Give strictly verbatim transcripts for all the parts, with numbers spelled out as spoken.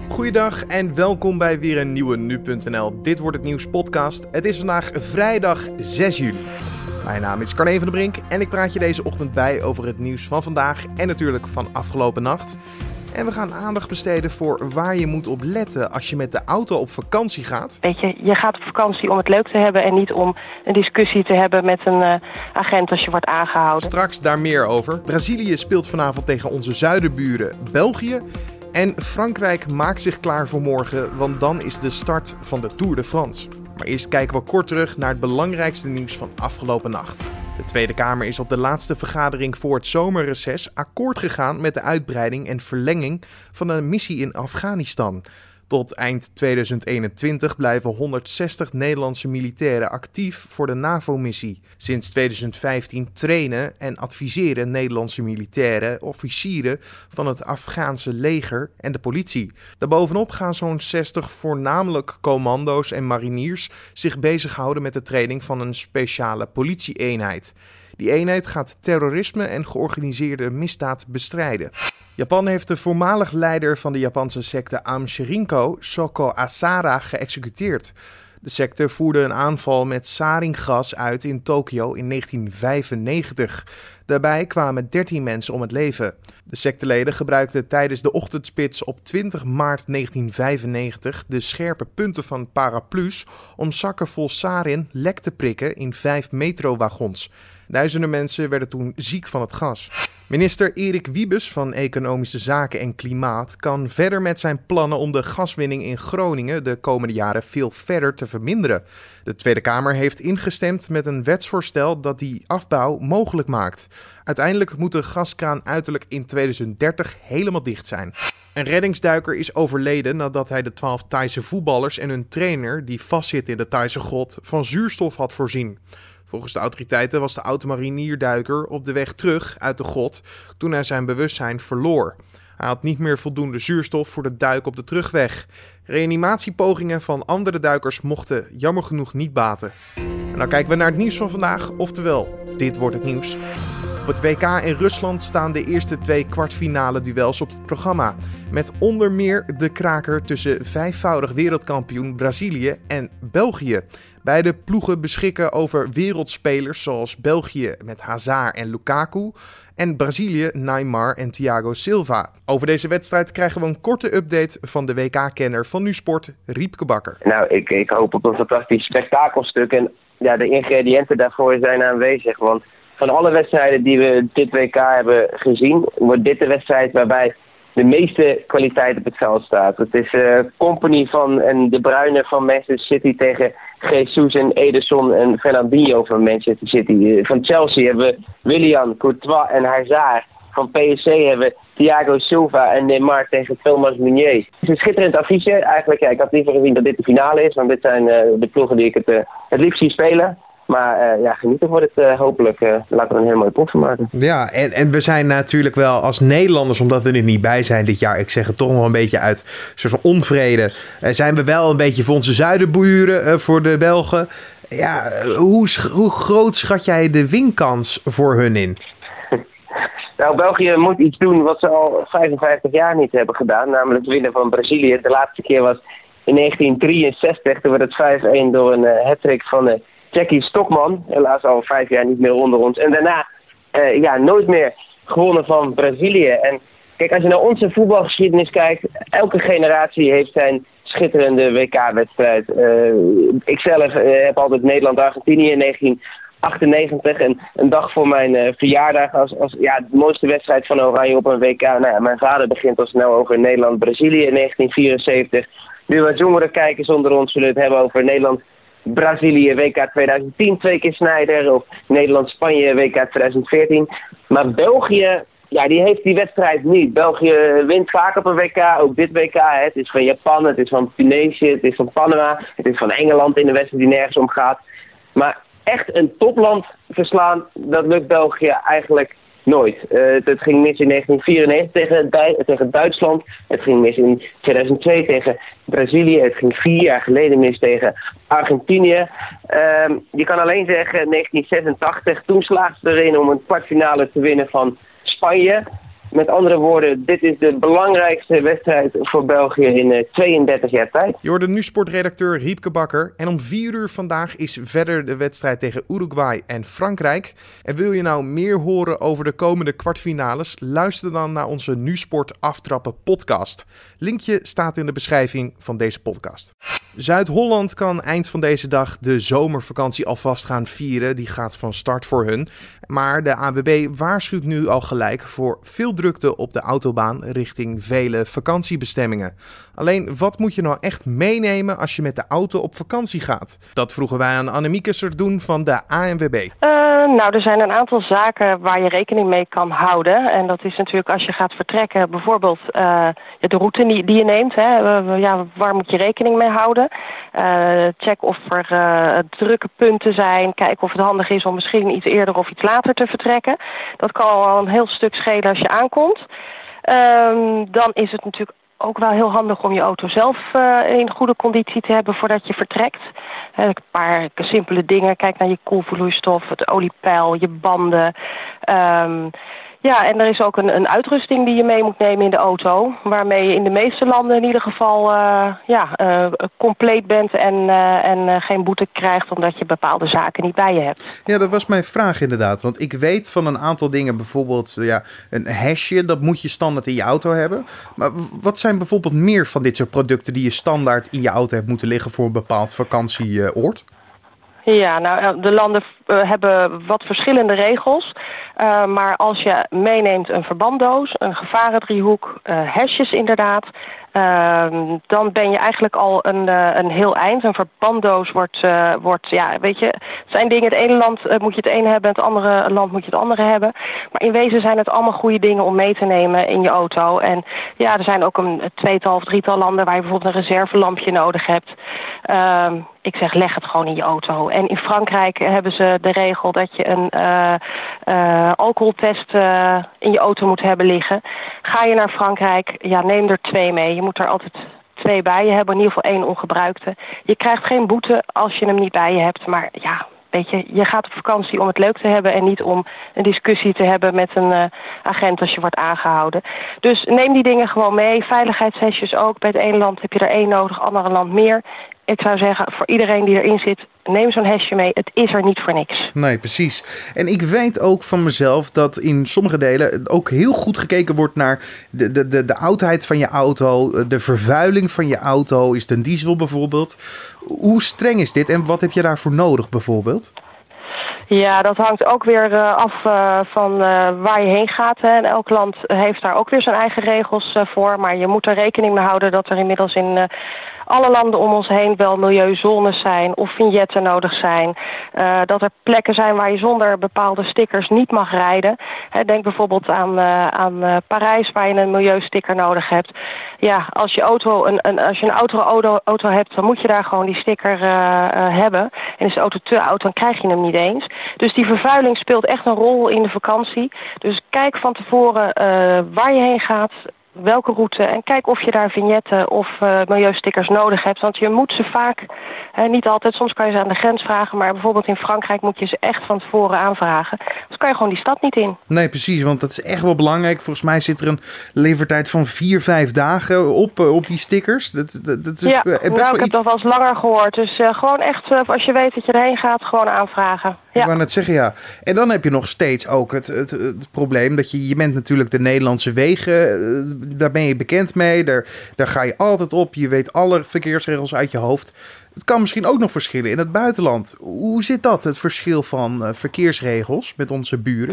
Goeiedag en welkom bij weer een nieuwe Nu punt N L. Dit wordt het nieuws podcast. Het is vandaag vrijdag zes juli. Mijn naam is Carne van der Brink en ik praat je deze ochtend bij over het nieuws van vandaag en natuurlijk van afgelopen nacht. En we gaan aandacht besteden voor waar je moet op letten als je met de auto op vakantie gaat. Weet je, je gaat op vakantie om het leuk te hebben en niet om een discussie te hebben met een uh, agent als je wordt aangehouden. Straks daar meer over. Brazilië speelt vanavond tegen onze zuidenburen België. En Frankrijk maakt zich klaar voor morgen, want dan is de start van de Tour de France. Maar eerst kijken we kort terug naar het belangrijkste nieuws van afgelopen nacht. De Tweede Kamer is op de laatste vergadering voor het zomerreces akkoord gegaan met de uitbreiding en verlenging van een missie in Afghanistan. Tot eind tweeduizend eenentwintig blijven honderdzestig Nederlandse militairen actief voor de NAVO-missie. Sinds tweeduizend vijftien trainen en adviseren Nederlandse militairen officieren van het Afghaanse leger en de politie. Daarbovenop gaan zo'n zestig voornamelijk commando's en mariniers zich bezighouden met de training van een speciale politie-eenheid. Die eenheid gaat terrorisme en georganiseerde misdaad bestrijden. Japan heeft de voormalig leider van de Japanse secte Aum Shinrikyo, Shoko Asara, geëxecuteerd. De secte voerde een aanval met saringas uit in Tokio in negentien vijfennegentig. Daarbij kwamen dertien mensen om het leven. De secteleden gebruikten tijdens de ochtendspits op twintig maart negentien vijfennegentig de scherpe punten van paraplu's om zakken vol sarin lek te prikken in vijf metrowagons. Duizenden mensen werden toen ziek van het gas. Minister Erik Wiebes van Economische Zaken en Klimaat kan verder met zijn plannen om de gaswinning in Groningen de komende jaren veel verder te verminderen. De Tweede Kamer heeft ingestemd met een wetsvoorstel dat die afbouw mogelijk maakt. Uiteindelijk moet de gaskraan uiterlijk in tweeduizend dertig helemaal dicht zijn. Een reddingsduiker is overleden nadat hij de twaalf Thaise voetballers en hun trainer, die vastzitten in de Thaise grot, van zuurstof had voorzien. Volgens de autoriteiten was de oud-marinierduiker op de weg terug uit de grot toen hij zijn bewustzijn verloor. Hij had niet meer voldoende zuurstof voor de duik op de terugweg. Reanimatiepogingen van andere duikers mochten jammer genoeg niet baten. En dan kijken we naar het nieuws van vandaag, oftewel, dit wordt het nieuws. Op het W K in Rusland staan de eerste twee kwartfinale duels op het programma. Met onder meer de kraker tussen vijfvoudig wereldkampioen Brazilië en België. Beide ploegen beschikken over wereldspelers zoals België met Hazard en Lukaku en Brazilië Neymar en Thiago Silva. Over deze wedstrijd krijgen we een korte update van de W K-kenner van NuSport, Riepke Bakker. Nou, ik, ik hoop op een fantastisch spektakelstuk en ja, de ingrediënten daarvoor zijn aanwezig. Want van alle wedstrijden die we dit W K hebben gezien, wordt dit de wedstrijd waarbij de meeste kwaliteit op het veld staat. Het is uh, Company van en De Bruyne van Manchester City tegen Jesus en Ederson en Fernandinho van Manchester City. Uh, van Chelsea hebben we Willian, Courtois en Hazard. Van P S C hebben we Thiago Silva en Neymar tegen Thomas Meunier. Het is een schitterend affiche. Eigenlijk, ja, ik had liever gezien dat dit de finale is, want dit zijn uh, de ploegen die ik het, uh, het liefst zie spelen. Maar uh, ja, genieten wordt het uh, hopelijk. Uh, laten we er een heel mooi pot van maken. Ja, en, en we zijn natuurlijk wel als Nederlanders, omdat we er niet bij zijn dit jaar, ik zeg het toch wel een beetje uit soort van onvrede, uh, zijn we wel een beetje voor onze zuidenburen, uh, voor de Belgen. Ja, uh, hoe, hoe groot schat jij de winkans voor hun in? Nou, België moet iets doen wat ze al vijfenvijftig jaar niet hebben gedaan, namelijk winnen van Brazilië. De laatste keer was in negentien drieënzestig, toen werd het vijf-een door een uh, hat-trick van de uh, Jackie Stockman, helaas al vijf jaar niet meer onder ons. En daarna uh, ja, nooit meer gewonnen van Brazilië. En kijk, als je naar onze voetbalgeschiedenis kijkt, elke generatie heeft zijn schitterende W K-wedstrijd. Uh, ikzelf uh, heb altijd Nederland-Argentinië in negentien achtennegentig. En een dag voor mijn uh, verjaardag als, als ja, de mooiste wedstrijd van Oranje op een W K. Nou ja, mijn vader begint al snel over Nederland-Brazilië in negentien vierenzeventig. Nu wat jongere kijkers onder ons zullen het hebben over Nederland Brazilië W K tweeduizend tien, twee keer Sneijder, of Nederland-Spanje W K tweeduizend veertien. Maar België, ja, die heeft die wedstrijd niet. België wint vaak op een W K, ook dit W K. Hè. Het is van Japan, het is van Tunesië, het is van Panama, het is van Engeland in de wedstrijd die nergens om gaat. Maar echt een topland verslaan, dat lukt België eigenlijk nooit. Uh, het, het ging mis in negentien vierennegentig tegen, tegen Duitsland. Het ging mis in tweeduizend twee tegen Brazilië. Het ging vier jaar geleden mis tegen Argentinië. Uh, je kan alleen zeggen, negentien zesentachtig, toen slaagden ze erin om een kwartfinale te winnen van Spanje. Met andere woorden, dit is de belangrijkste wedstrijd voor België in uh, tweeëndertig jaar tijd. Je hoorde nu sportredacteur Riepke Bakker. En om vier uur vandaag is verder de wedstrijd tegen Uruguay en Frankrijk. En wil je nou meer horen over de komende kwartfinales? Luister dan naar onze Nu Sport Aftrappen podcast. Linkje staat in de beschrijving van deze podcast. Zuid-Holland kan eind van deze dag de zomervakantie alvast gaan vieren. Die gaat van start voor hun. Maar de A N W B waarschuwt nu al gelijk voor veel drukte op de autobaan richting vele vakantiebestemmingen. Alleen, wat moet je nou echt meenemen als je met de auto op vakantie gaat? Dat vroegen wij aan Annemieke Serdoen van de A N W B. Uh, nou, er zijn een aantal zaken waar je rekening mee kan houden. En dat is natuurlijk als je gaat vertrekken, bijvoorbeeld uh, de route die, die je neemt. Hè. Uh, ja, waar moet je rekening mee houden? Uh, check of er uh, drukke punten zijn. Kijk of het handig is om misschien iets eerder of iets later te vertrekken. Dat kan al een heel stuk schelen als je aankomt. Um, dan is het natuurlijk ook wel heel handig om je auto zelf uh, in goede conditie te hebben voordat je vertrekt. Uh, een paar simpele dingen. Kijk naar je koelvloeistof, het oliepeil, je banden. Um, Ja, en er is ook een, een uitrusting die je mee moet nemen in de auto. Waarmee je in de meeste landen in ieder geval uh, ja, uh, compleet bent en, uh, en uh, geen boete krijgt omdat je bepaalde zaken niet bij je hebt. Ja, dat was mijn vraag inderdaad. Want ik weet van een aantal dingen, bijvoorbeeld ja, een hesje, dat moet je standaard in je auto hebben. Maar wat zijn bijvoorbeeld meer van dit soort producten die je standaard in je auto hebt moeten liggen voor een bepaald vakantieoord? Ja, nou, de landen uh, hebben wat verschillende regels. Uh, maar als je meeneemt een verbanddoos, een gevarendriehoek, uh, hesjes inderdaad, uh, dan ben je eigenlijk al een, uh, een heel eind. Een verbanddoos wordt, uh, wordt, ja, weet je, het zijn dingen, het ene land uh, moet je het ene hebben, het andere land moet je het andere hebben. Maar in wezen zijn het allemaal goede dingen om mee te nemen in je auto. En ja, er zijn ook een tweetal of drietal landen waar je bijvoorbeeld een reservelampje nodig hebt. Uh, ik zeg, leg het gewoon in je auto. En in Frankrijk hebben ze de regel dat je een uh, uh, alcoholtest uh, in je auto moet hebben liggen. Ga je naar Frankrijk, ja, neem er twee mee. Je moet er altijd twee bij je hebben, in ieder geval één ongebruikte. Je krijgt geen boete als je hem niet bij je hebt, maar ja, weet je, je gaat op vakantie om het leuk te hebben en niet om een discussie te hebben met een uh, agent als je wordt aangehouden. Dus neem die dingen gewoon mee. Veiligheidshesjes ook. Bij het ene land heb je er één nodig, andere land meer. Ik zou zeggen, voor iedereen die erin zit, neem zo'n hesje mee. Het is er niet voor niks. Nee, precies. En ik weet ook van mezelf dat in sommige delen ook heel goed gekeken wordt naar de, de, de, de oudheid van je auto, de vervuiling van je auto. Is het een diesel bijvoorbeeld? Hoe streng is dit en wat heb je daarvoor nodig bijvoorbeeld? Ja, dat hangt ook weer uh, af uh, van uh, waar je heen gaat. Hè. En elk land heeft daar ook weer zijn eigen regels uh, voor. Maar je moet er rekening mee houden dat er inmiddels in uh, alle landen om ons heen wel milieuzones zijn of vignetten nodig zijn. Uh, dat er plekken zijn waar je zonder bepaalde stickers niet mag rijden. Hè, denk bijvoorbeeld aan, uh, aan uh, Parijs waar je een milieusticker nodig hebt. Ja, als je, auto een, een, als je een oudere auto, auto hebt, dan moet je daar gewoon die sticker uh, uh, hebben. En is de auto te oud, dan krijg je hem niet eens. Dus die vervuiling speelt echt een rol in de vakantie. Dus kijk van tevoren uh, waar je heen gaat, welke route, en kijk of je daar vignetten of uh, milieustickers nodig hebt. Want je moet ze vaak, uh, niet altijd, soms kan je ze aan de grens vragen, maar bijvoorbeeld in Frankrijk moet je ze echt van tevoren aanvragen. Dus kan je gewoon die stad niet in. Nee, precies, want dat is echt wel belangrijk. Volgens mij zit er een levertijd van vier, vijf dagen op, uh, op die stickers. Dat, dat, dat is ja, best nou, wel ik heb iets... dat wel eens langer gehoord. Dus uh, gewoon echt, uh, als je weet dat je erheen gaat, gewoon aanvragen. Ja. Ik wou net zeggen, ja. En dan heb je nog steeds ook het, het, het probleem dat je, je bent natuurlijk de Nederlandse wegen, uh, daar ben je bekend mee, daar, daar ga je altijd op, je weet alle verkeersregels uit je hoofd. Het kan misschien ook nog verschillen in het buitenland. Hoe zit dat, het verschil van uh, verkeersregels met onze buren?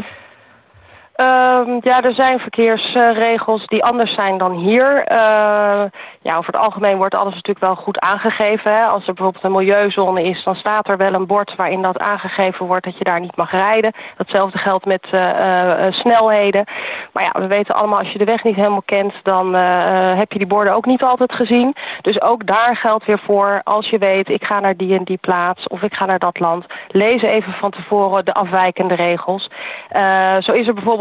Um, ja, er zijn verkeersregels die anders zijn dan hier. Uh, ja, over het algemeen wordt alles natuurlijk wel goed aangegeven. Hè. Als er bijvoorbeeld een milieuzone is, dan staat er wel een bord waarin dat aangegeven wordt dat je daar niet mag rijden. Datzelfde geldt met uh, uh, snelheden. Maar ja, we weten allemaal, als je de weg niet helemaal kent, dan uh, heb je die borden ook niet altijd gezien. Dus ook daar geldt weer voor, als je weet, ik ga naar die en die plaats of ik ga naar dat land, lees even van tevoren de afwijkende regels. Uh, zo is er bijvoorbeeld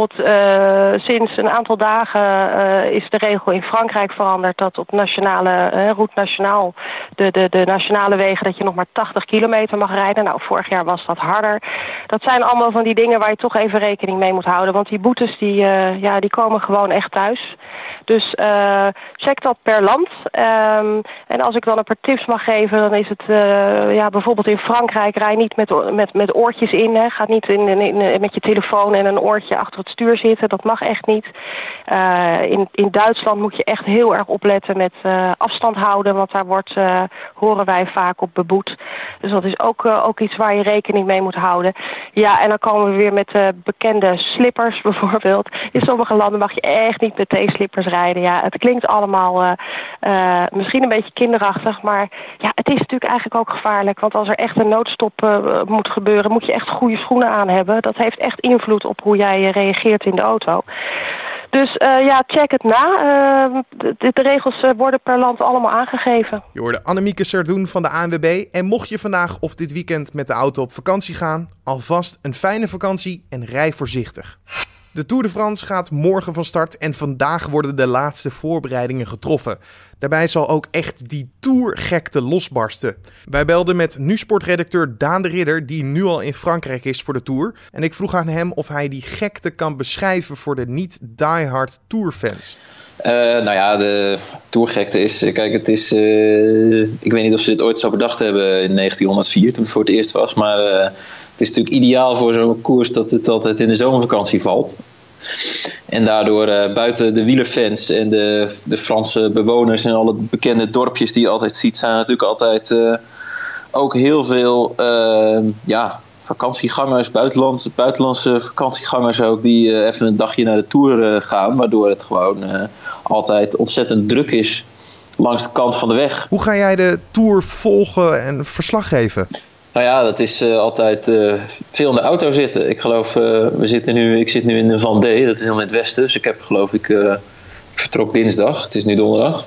bijvoorbeeld uh, sinds een aantal dagen uh, is de regel in Frankrijk veranderd dat op nationale, uh, route nationaal, de, de, de nationale wegen, dat je nog maar tachtig kilometer mag rijden. Nou, vorig jaar was dat harder. Dat zijn allemaal van die dingen waar je toch even rekening mee moet houden. Want die boetes die, uh, ja, die komen gewoon echt thuis. Dus uh, check dat per land. Um, en als ik dan een paar tips mag geven, dan is het uh, ja, bijvoorbeeld in Frankrijk, rij niet met, met, met oortjes in. Hè. Ga niet in, in, in, met je telefoon en een oortje achter het stuur zitten. Dat mag echt niet. Uh, in, in Duitsland moet je echt heel erg opletten met uh, afstand houden. Want daar wordt, uh, horen wij vaak op beboet. Dus dat is ook, uh, ook iets waar je rekening mee moet houden. Ja, en dan komen we weer met uh, bekende slippers bijvoorbeeld. In sommige landen mag je echt niet met theeslippers rijden. Ja, het klinkt allemaal uh, uh, misschien een beetje kinderachtig, maar ja, het is natuurlijk eigenlijk ook gevaarlijk. Want als er echt een noodstop uh, moet gebeuren, moet je echt goede schoenen aan hebben. Dat heeft echt invloed op hoe jij uh, reageert in de auto. Dus uh, ja, check het na. Uh, de, de regels uh, worden per land allemaal aangegeven. Je hoorde Annemieke Serdoen van de A N W B. En mocht je vandaag of dit weekend met de auto op vakantie gaan, alvast een fijne vakantie en rij voorzichtig. De Tour de France gaat morgen van start en vandaag worden de laatste voorbereidingen getroffen. Daarbij zal ook echt die Tourgekte losbarsten. Wij belden met NuSport-redacteur Daan de Ridder, die nu al in Frankrijk is voor de Tour. En ik vroeg aan hem of hij die gekte kan beschrijven voor de niet-diehard Tourfans. Uh, nou ja, de Tourgekte is... Kijk, het is... Uh, ik weet niet of ze dit ooit zo bedacht hebben in negentienhonderdvier, toen het voor het eerst was. Maar uh, het is natuurlijk ideaal voor zo'n koers dat het altijd in de zomervakantie valt. En daardoor uh, buiten de wielerfans en de, de Franse bewoners en alle bekende dorpjes die je altijd ziet, zijn natuurlijk altijd uh, ook heel veel uh, ja, vakantiegangers, buitenlandse, buitenlandse vakantiegangers ook, die uh, even een dagje naar de Tour uh, gaan, waardoor het gewoon uh, altijd ontzettend druk is langs de kant van de weg. Hoe ga jij de Tour volgen en verslag geven? Nou ja, dat is uh, altijd uh, veel in de auto zitten. Ik geloof, uh, we zitten nu, ik zit nu in de Van D, dat is helemaal in het westen. Dus ik heb geloof ik, uh, ik vertrok dinsdag, het is nu donderdag.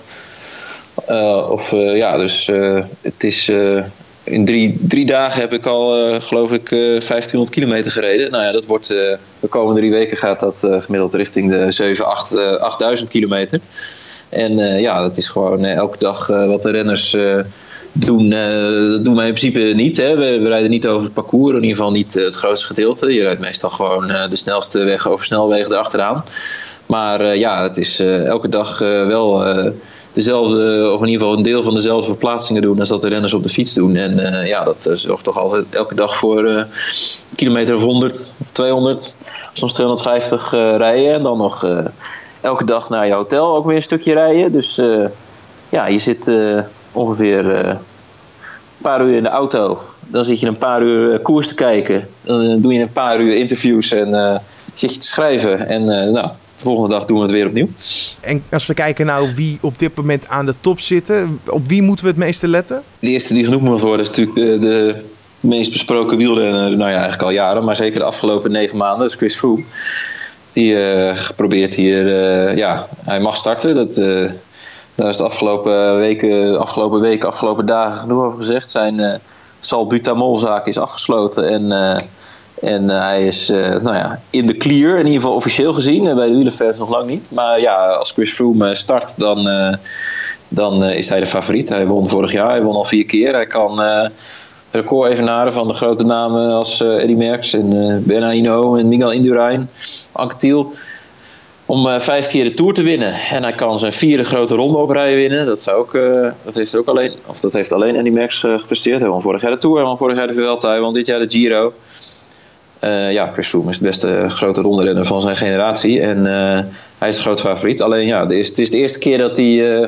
Uh, of uh, ja, dus uh, het is, uh, in drie, drie dagen heb ik al, uh, geloof ik, uh, vijftienhonderd kilometer gereden. Nou ja, dat wordt, uh, de komende drie weken gaat dat uh, gemiddeld richting de zeven, acht, uh, achtduizend kilometer. En uh, ja, dat is gewoon uh, elke dag uh, wat de renners... Uh, Doen, uh, dat doen wij in principe niet. Hè. We, we rijden niet over het parcours, in ieder geval niet uh, het grootste gedeelte. Je rijdt meestal gewoon uh, de snelste weg over snelwegen erachteraan. Maar uh, ja, het is uh, elke dag uh, wel uh, dezelfde, of in ieder geval een deel van dezelfde verplaatsingen doen als dat de renners op de fiets doen. En uh, ja, dat uh, zorgt toch altijd elke dag voor uh, kilometer of honderd, tweehonderd, soms tweehonderdvijftig uh, rijden. En dan nog uh, elke dag naar je hotel ook weer een stukje rijden. Dus uh, ja, je zit... Uh, ongeveer uh, een paar uur in de auto. Dan zit je een paar uur uh, koers te kijken. Dan doe je een paar uur interviews en uh, zit je te schrijven. En uh, nou, de volgende dag doen we het weer opnieuw. En als we kijken nou wie op dit moment aan de top zitten, op wie moeten we het meeste letten? De eerste die genoemd moet worden is natuurlijk de, de meest besproken wielrenner, nou ja, eigenlijk al jaren, maar zeker de afgelopen negen maanden, dat is Chris Froome. Die uh, geprobeerd hier, uh, ja, hij mag starten. Dat... Uh, Daar is de afgelopen weken, afgelopen weken, afgelopen dagen genoeg over gezegd. Zijn uh, salbutamolzaak is afgesloten en, uh, en uh, hij is uh, nou ja, in de clear, in ieder geval officieel gezien. Uh, bij de wielerfans nog lang niet. Maar ja, als Chris Froome start, dan, uh, dan uh, is hij de favoriet. Hij won vorig jaar, hij won al vier keer. Hij kan uh, record evenaren van de grote namen als uh, Eddy Merckx en uh, Bernard Hinault en Miguel Indurain, Anquetil. Om uh, vijf keer de Tour te winnen. En hij kan zijn vierde grote ronde op rij winnen. Dat, zou ook, uh, dat, heeft ook alleen, of dat heeft alleen Eddy Merckx uh, gepresteerd. Hij won vorig jaar de Tour, hij won vorig jaar de Vuelta, hij won dit jaar de Giro. Uh, ja, Chris Froome is de beste grote ronderenner van zijn generatie. En uh, hij is de grote favoriet. Alleen ja, het is, het is de eerste keer dat hij uh, uh,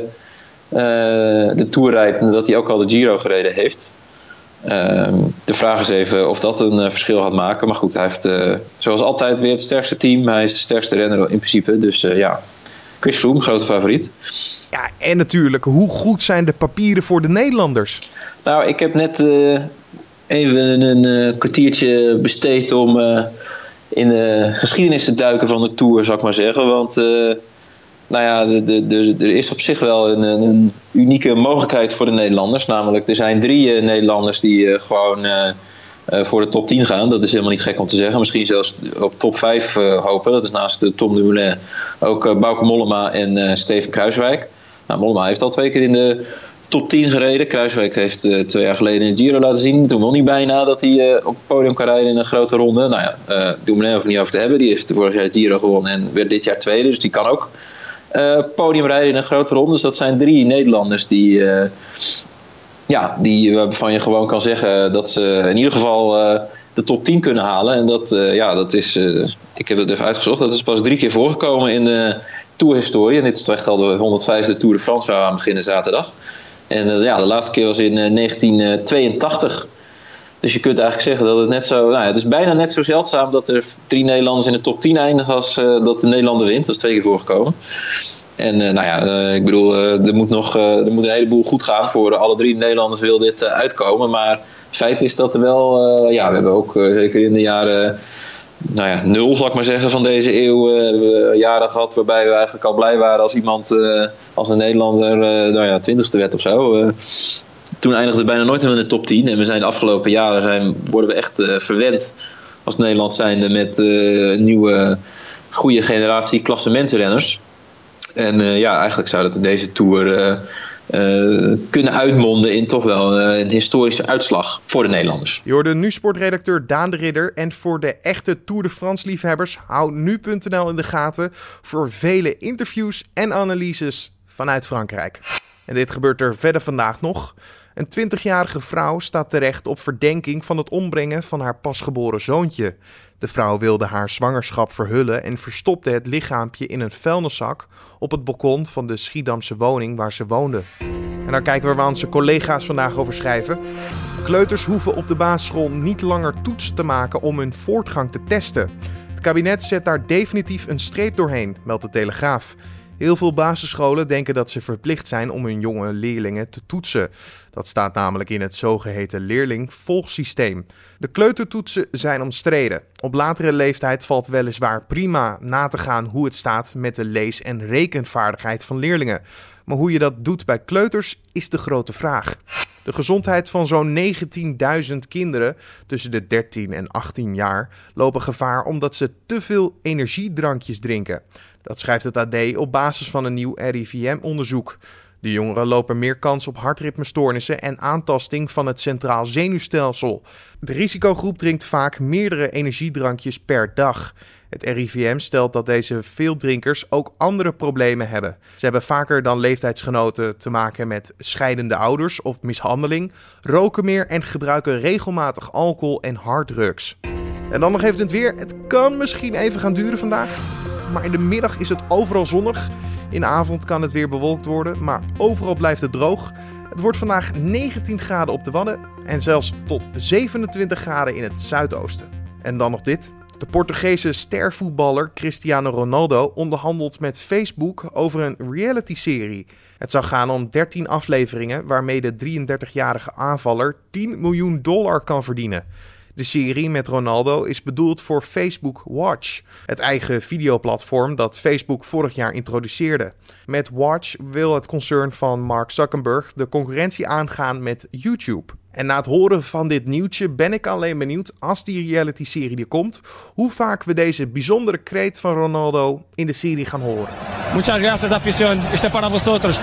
de Tour rijdt en dat hij ook al de Giro gereden heeft. Uh, de vraag is even of dat een uh, verschil gaat maken. Maar goed, hij heeft uh, zoals altijd weer het sterkste team. Hij is de sterkste renner in principe. Dus uh, ja, Chris Froome, grote favoriet. Ja, en natuurlijk, hoe goed zijn de papieren voor de Nederlanders? Nou, ik heb net uh, even een uh, kwartiertje besteed om uh, in de geschiedenis te duiken van de Tour, zal ik maar zeggen. Want... Uh, Nou ja, de, de, de, er is op zich wel een, een unieke mogelijkheid voor de Nederlanders. Namelijk, er zijn drie uh, Nederlanders die uh, gewoon uh, uh, voor de top tien gaan. Dat is helemaal niet gek om te zeggen. Misschien zelfs op top vijf uh, hopen. Dat is naast uh, Tom Dumoulin ook uh, Bauke Mollema en uh, Steven Kruijswijk. Nou, Mollema heeft al twee keer in de top tien gereden. Kruijswijk heeft uh, twee jaar geleden in de Giro laten zien. Toen wel niet bijna dat hij uh, op het podium kan rijden in een grote ronde. Nou ja, uh, Dumoulin hoef ik niet over te hebben. Die heeft vorig jaar de Giro gewonnen en werd dit jaar tweede. Dus die kan ook uh, podium rijden in een grote ronde. Dus dat zijn drie Nederlanders die, uh, ja, die waarvan je gewoon kan zeggen dat ze in ieder geval uh, de top tien kunnen halen. En dat, uh, ja, dat is, uh, ik heb het even uitgezocht, dat is pas drie keer voorgekomen in de Tourhistorie. En dit is echt al de honderdvijfde Tour de France waar we aan beginnen zaterdag. En uh, ja, de laatste keer was in uh, negentien tweeëntachtig. Dus je kunt eigenlijk zeggen dat het net zo... Nou ja, het is bijna net zo zeldzaam dat er drie Nederlanders in de top tien eindigen als uh, dat de Nederlander wint. Dat is twee keer voorgekomen. En uh, nou ja, uh, ik bedoel, uh, er moet nog uh, er moet een heleboel goed gaan voor alle drie Nederlanders wil dit uh, uitkomen. Maar feit is dat er wel... Uh, ja, we hebben ook uh, zeker in de jaren... Nou ja, nul, zal ik maar zeggen, van deze eeuw uh, hebben we jaren gehad waarbij we eigenlijk al blij waren als iemand, uh, als een Nederlander, uh, nou ja, twintigste werd of zo. Uh, toen eindigde bijna nooit in de top tien. En we zijn de afgelopen jaren zijn, worden we echt uh, verwend als Nederland zijnde met uh, een nieuwe goede generatie klassementsrenners. En uh, ja, eigenlijk zou dat in deze Tour uh, uh, kunnen uitmonden in toch wel uh, een historische uitslag voor de Nederlanders. Je hoorde nu-sportredacteur Daan de Ridder. En voor de echte Tour de France liefhebbers, hou nu punt n l in de gaten voor vele interviews en analyses vanuit Frankrijk. En dit gebeurt er verder vandaag nog. Een twintigjarige vrouw staat terecht op verdenking van het ombrengen van haar pasgeboren zoontje. De vrouw wilde haar zwangerschap verhullen en verstopte het lichaampje in een vuilniszak op het balkon van de Schiedamse woning waar ze woonde. En daar kijken we waar onze collega's vandaag over schrijven. Kleuters hoeven op de basisschool niet langer toetsen te maken om hun voortgang te testen. Het kabinet zet daar definitief een streep doorheen, meldt de Telegraaf. Heel veel basisscholen denken dat ze verplicht zijn om hun jonge leerlingen te toetsen. Dat staat namelijk in het zogeheten leerling-volgsysteem. De kleutertoetsen zijn omstreden. Op latere leeftijd valt weliswaar prima na te gaan hoe het staat met de lees- en rekenvaardigheid van leerlingen. Maar hoe je dat doet bij kleuters is de grote vraag. De gezondheid van zo'n negentienduizend kinderen tussen de dertien en achttien jaar lopen gevaar omdat ze te veel energiedrankjes drinken. Dat schrijft het A D op basis van een nieuw R I V M-onderzoek. De jongeren lopen meer kans op hartritmestoornissen en aantasting van het centraal zenuwstelsel. De risicogroep drinkt vaak meerdere energiedrankjes per dag. Het R I V M stelt dat deze veeldrinkers ook andere problemen hebben. Ze hebben vaker dan leeftijdsgenoten te maken met scheidende ouders of mishandeling, roken meer en gebruiken regelmatig alcohol en harddrugs. En dan nog even het weer. Het kan misschien even gaan duren vandaag, maar in de middag is het overal zonnig. In de avond kan het weer bewolkt worden, maar overal blijft het droog. Het wordt vandaag negentien graden op de Wadden en zelfs tot zevenentwintig graden in het zuidoosten. En dan nog dit. De Portugese stervoetballer Cristiano Ronaldo onderhandelt met Facebook over een reality-serie. Het zou gaan om dertien afleveringen waarmee de drieëndertigjarige aanvaller tien miljoen dollar kan verdienen. De serie met Ronaldo is bedoeld voor Facebook Watch, het eigen videoplatform dat Facebook vorig jaar introduceerde. Met Watch wil het concern van Mark Zuckerberg de concurrentie aangaan met YouTube. En na het horen van dit nieuwtje ben ik alleen benieuwd, als die reality-serie er komt, hoe vaak we deze bijzondere kreet van Ronaldo in de serie gaan horen. Muchas gracias, afición. Este para vosotros.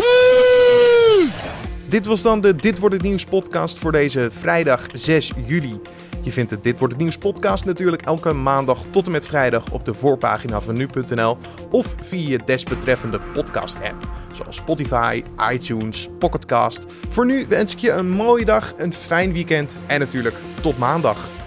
Dit was dan de Dit Wordt Het Nieuws podcast voor deze vrijdag zes juli. Je vindt de Dit Wordt Het Nieuws podcast natuurlijk elke maandag tot en met vrijdag op de voorpagina van nu punt n l of via je desbetreffende podcast app, zoals Spotify, iTunes, Pocketcast. Voor nu wens ik je een mooie dag, een fijn weekend en natuurlijk tot maandag.